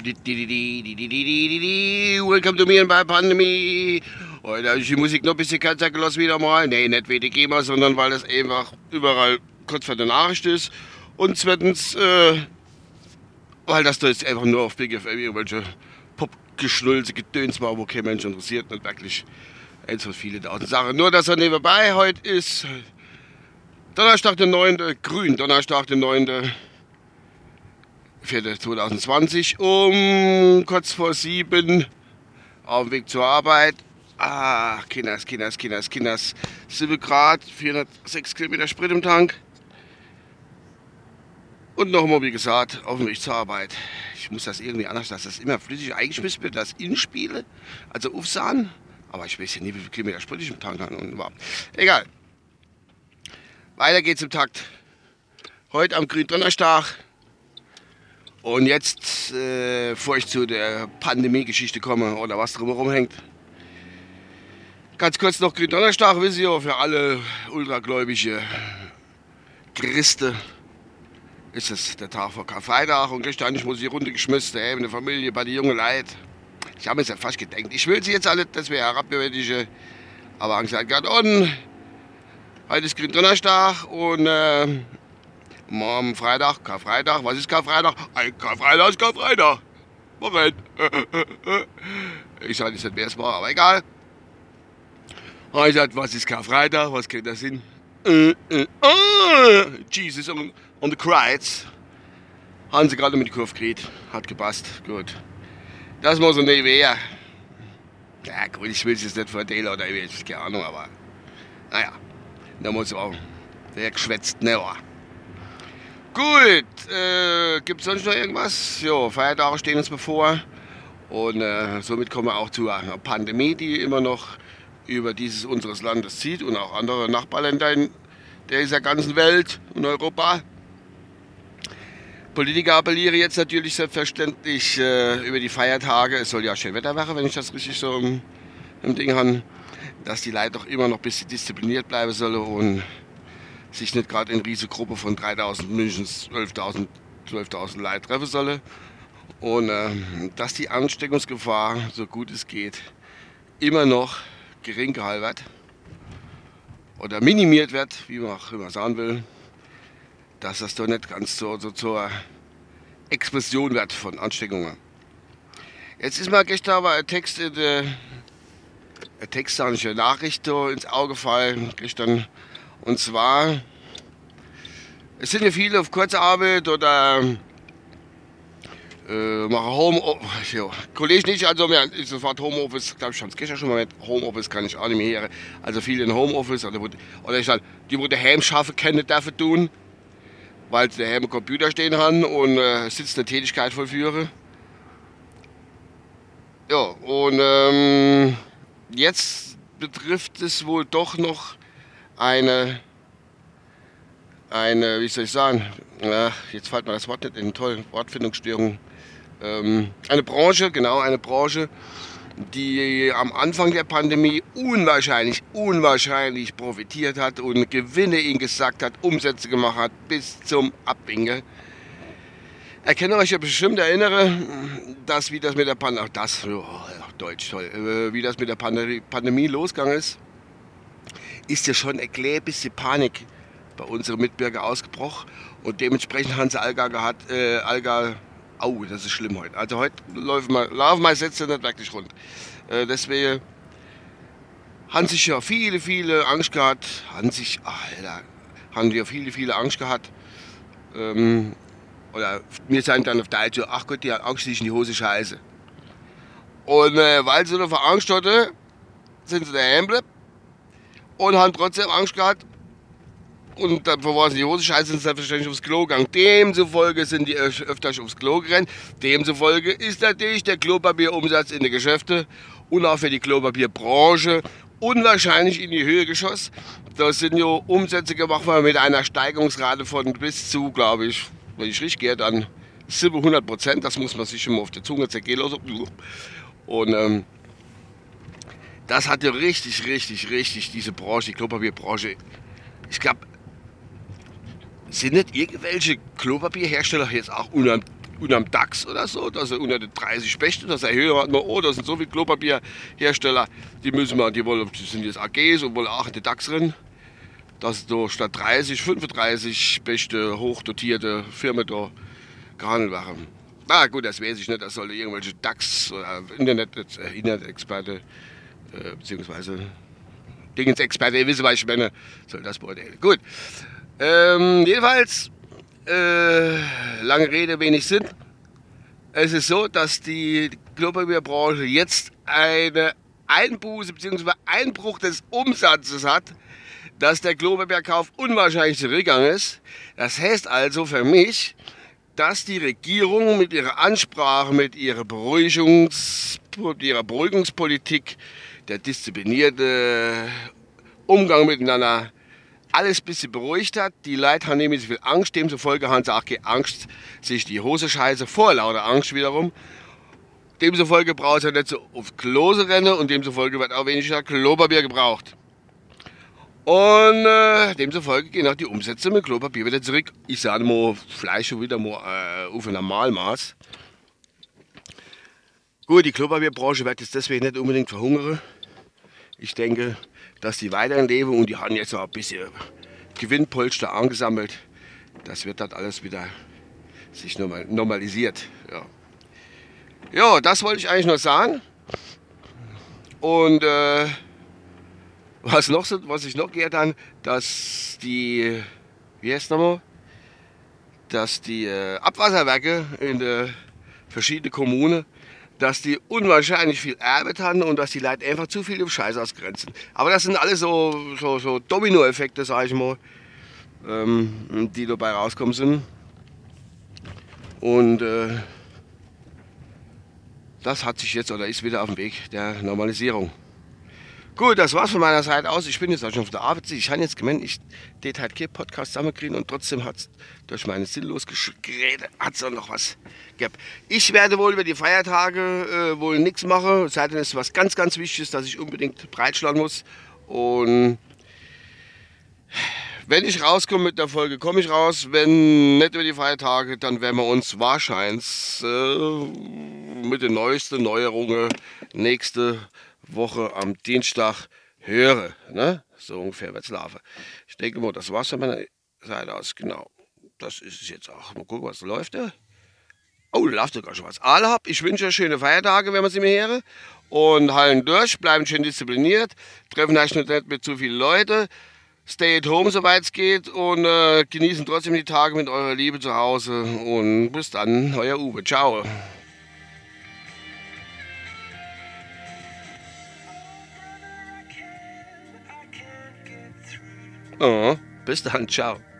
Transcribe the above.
Welcome to me and my Pandemie. Heute habe ich die Musik noch ein bisschen kürzer gelassen wieder mal. Nee, nicht wegen GEMA, sondern weil das einfach überall kurz vor der Nachricht ist. Und zweitens, weil das da jetzt einfach nur auf Big FM irgendwelche Popgeschnulze, Gedöns war, wo kein Mensch interessiert. Nicht wirklich eins von vielen tausend Sachen. Nur, dass er nebenbei heute ist Donnerstag, der 9. Grün, Donnerstag, der 9. 4. 2020 um kurz vor 7 auf dem Weg zur Arbeit. Kinders. 7 Grad, 406 Kilometer Sprit im Tank. Und nochmal, wie gesagt, auf dem Weg zur Arbeit. Ich muss das irgendwie anders, dass das immer flüssig eingeschmissen wird, das Inspiele, also aufsahen. Aber ich weiß ja nie, wie viel Kilometer Sprit ich im Tank habe. Und überhaupt. Egal. Weiter geht's im Takt. Heute am Gründonnerstag. Und jetzt, bevor ich zu der Pandemie-Geschichte komme oder was drumherum hängt, ganz kurz noch Gründonnerstag, wisst ihr, für alle ultragläubige Christen ist es der Tag vor Karfreitag und gestern ich muss die Runde geschmissen, mit der Familie, bei den jungen Leuten. Ich habe mir ja fast gedacht, ich will sie jetzt alle, dass wir herabgewöhnliche, aber haben gesagt, heute ist Gründonnerstag und morgen Freitag, Karfreitag. Was ist Karfreitag? Karfreitag ist Karfreitag. Moment. Ich sage nicht, wer es war, aber egal. Und ich sagte, was ist Karfreitag? Was könnte das sein? Jesus on the Kreuz. Haben sie gerade mit die Kurve gekriegt. Hat gepasst. Gut. Das muss so nicht weh. Ja gut, ich will es jetzt nicht verteilen oder ich will keine Ahnung, aber naja. Da muss auch wer geschwätzt, ne? Gut, gibt es sonst noch irgendwas? Jo, Feiertage stehen uns bevor und somit kommen wir auch zu einer Pandemie, die immer noch über dieses unseres Landes zieht und auch andere Nachbarländer in dieser ganzen Welt und Europa. Politiker appellieren jetzt natürlich selbstverständlich über die Feiertage, es soll ja schön Wetter werden, wenn ich das richtig so im Ding habe, dass die Leute doch immer noch ein bisschen diszipliniert bleiben sollen und sich nicht gerade in riesige Gruppe von 3.000, mindestens 12.000 Leute treffen solle. Und dass die Ansteckungsgefahr, so gut es geht, immer noch gering gehalten wird. Oder minimiert wird, wie man auch immer sagen will. Dass das doch nicht ganz so zur Explosion wird von Ansteckungen. Jetzt ist mir gestern aber ein Text eine Nachricht ins Auge gefallen, gestern. Und zwar, es sind ja viele auf Kurzarbeit oder machen Homeoffice. Ja, Kollege nicht, also mehr, ich sofort Homeoffice, glaube ich, schon gestern schon mal mit Homeoffice kann ich auch nicht mehr hören. Also viele in Homeoffice oder ich sage, die, wo daheim schaffen können, dürfen tun, weil sie daheim am Computer stehen haben und sitzende Tätigkeit vollführen. Ja, und jetzt betrifft es wohl doch noch eine, wie soll ich sagen, jetzt fällt mir das Wort nicht in, toll, Wortfindungsstörung. Eine Branche, die am Anfang der Pandemie unwahrscheinlich profitiert hat und Gewinne ihnen gesagt hat, Umsätze gemacht hat, bis zum Abwinken. Ihr könnt euch ja bestimmt erinnern, dass wie das mit der Pandemie, Deutsch toll, wie das mit der Pandemie losgegangen ist ja schon ein klein bisschen Panik bei unseren Mitbürgern ausgebrochen und dementsprechend haben sie Alga gehabt, das ist schlimm heute. Also heute laufen meine Sätze nicht wirklich rund. Deswegen haben sich ja viele Angst gehabt, viele Angst gehabt. Oder wir sagen dann auf Deutsch so, ach Gott, die hat Angst, sich in die Hose scheiße. Und weil sie noch Angst hatten, sind sie daheim geblieben und haben trotzdem Angst gehabt. Und dann, bevor sie in die Hose scheißen, sind sie selbstverständlich aufs Klo gegangen. Demzufolge sind die öfters aufs Klo gerannt. Demzufolge ist natürlich der Klopapierumsatz in den Geschäften und auch für die Klopapierbranche unwahrscheinlich in die Höhe geschossen. Da sind ja Umsätze gemacht worden mit einer Steigungsrate von bis zu, glaube ich, wenn ich richtig gehe, dann 700%. Das muss man sich schon mal auf der Zunge zergehen lassen. Und das hat ja richtig diese Branche, die Klopapierbranche. Ich glaube, sind nicht irgendwelche Klopapierhersteller jetzt auch unterm DAX oder so, dass er unter den 30 Spechte, dass er höher hat, oh, das sind so viele Klopapierhersteller, die sind jetzt AGs und wollen auch in den DAX drin, dass da statt 30, 35 Spechte hochdotierte Firmen da gehandelt werden. Na gut, das weiß ich nicht, das sollte irgendwelche DAX oder Internet-Experte beziehungsweise Dingensexperte, ihr wisst, was ich meine, soll das beurteilen. Gut, jedenfalls, lange Rede, wenig Sinn. Es ist so, dass die Klopapierbranche jetzt eine Einbuße bzw. Einbruch des Umsatzes hat, dass der Klopapierkauf unwahrscheinlich zurückgegangen ist. Das heißt also für mich, dass die Regierung mit ihrer Ansprache, mit ihrer Beruhigungspolitik, der disziplinierte Umgang miteinander, alles ein bisschen beruhigt hat. Die Leute haben nämlich so viel Angst, demzufolge haben sie auch keine Angst, sich die Hose scheiße vor lauter Angst wiederum. Demzufolge braucht es nicht so auf Klose rennen und demzufolge wird auch weniger Klopapier gebraucht. Und demzufolge gehen auch die Umsätze mit Klopapier wieder zurück. Ich sage mal, Fleisch schon wieder mal auf ein Normalmaß. Gut, die Klopapierbranche wird jetzt deswegen nicht unbedingt verhungern. Ich denke, dass die weiterhin leben und die haben jetzt auch ein bisschen Gewinnpolster angesammelt. Das wird dann alles wieder sich normalisiert. Ja. Ja, das wollte ich eigentlich nur sagen. Und was ich noch gehört habe, dass die, wie heißt nochmal, dass die Abwasserwerke in der verschiedenen Kommunen, dass die unwahrscheinlich viel Arbeit haben und dass die Leute einfach zu viel im Scheiß ausgrenzen. Aber das sind alles so Dominoeffekte, sag ich mal, die dabei rauskommen sind. Und das hat sich jetzt oder ist wieder auf dem Weg der Normalisierung. Gut, das war's von meiner Seite aus. Ich bin jetzt auch schon auf der Arbeit. Ich habe jetzt gemeint, ich tät halt keinen Podcast zusammenkriegen und trotzdem hat es durch meine sinnlos Gerede hat's auch noch was gegeben. Ich werde wohl über die Feiertage wohl nichts machen. Es sei denn, es ist was ganz, ganz Wichtiges, dass ich unbedingt breitschlagen muss. Und wenn ich rauskomme mit der Folge, komme ich raus. Wenn nicht über die Feiertage, dann werden wir uns wahrscheinlich mit den neuesten Neuerungen nächste Woche am Dienstag höre. Ne? So ungefähr wird es laufen. Ich denke mal, das war's von meiner Seite aus. Genau. Das ist es jetzt auch. Mal gucken, was läuft da. Oh, da läuft sogar schon was. Alle habt, ich wünsche euch schöne Feiertage, wenn man sie mir höre. Und halten durch, bleiben schön diszipliniert. Treffen euch nicht mit zu vielen Leuten. Stay at home, soweit es geht. Und genießen trotzdem die Tage mit eurer Liebe zu Hause. Und bis dann, euer Uwe. Ciao. Oh, bis dann, ciao.